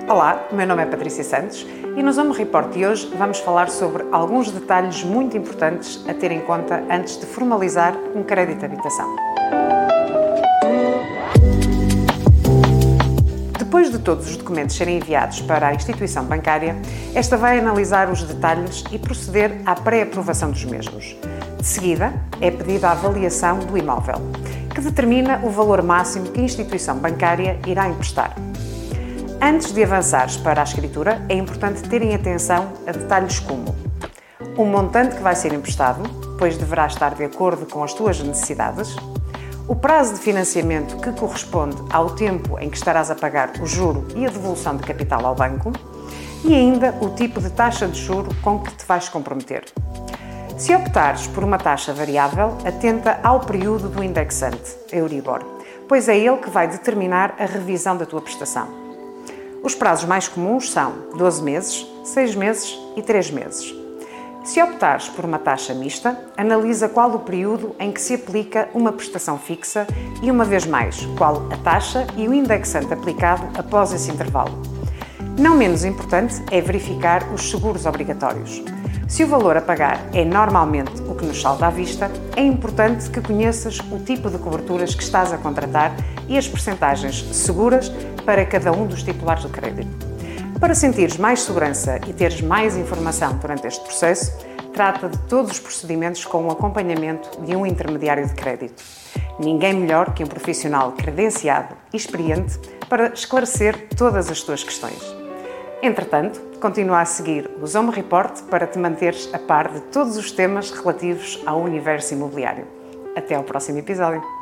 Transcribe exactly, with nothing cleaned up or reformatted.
Olá, o meu nome é Patrícia Santos e no Home Report de hoje vamos falar sobre alguns detalhes muito importantes a ter em conta antes de formalizar um crédito de habitação. Depois de todos os documentos serem enviados para a instituição bancária, esta vai analisar os detalhes e proceder à pré-aprovação dos mesmos. De seguida, é pedida a avaliação do imóvel, que determina o valor máximo que a instituição bancária irá emprestar. Antes de avançares para a escritura, é importante terem atenção a detalhes como o montante que vai ser emprestado, pois deverá estar de acordo com as tuas necessidades, o prazo de financiamento que corresponde ao tempo em que estarás a pagar o juro e a devolução de capital ao banco e ainda o tipo de taxa de juro com que te vais comprometer. Se optares por uma taxa variável, atenta ao período do indexante, Euribor, pois é ele que vai determinar a revisão da tua prestação. Os prazos mais comuns são doze meses, seis meses e três meses. Se optares por uma taxa mista, analisa qual o período em que se aplica uma prestação fixa e, uma vez mais, qual a taxa e o indexante aplicado após esse intervalo. Não menos importante é verificar os seguros obrigatórios. Se o valor a pagar é normalmente o que nos salta à vista, é importante que conheças o tipo de coberturas que estás a contratar e as percentagens seguras para cada um dos titulares do crédito. Para sentires mais segurança e teres mais informação durante este processo, trata de todos os procedimentos com o acompanhamento de um intermediário de crédito. Ninguém melhor que um profissional credenciado e experiente para esclarecer todas as tuas questões. Entretanto, continua a seguir o Home Report para te manteres a par de todos os temas relativos ao universo imobiliário. Até ao próximo episódio.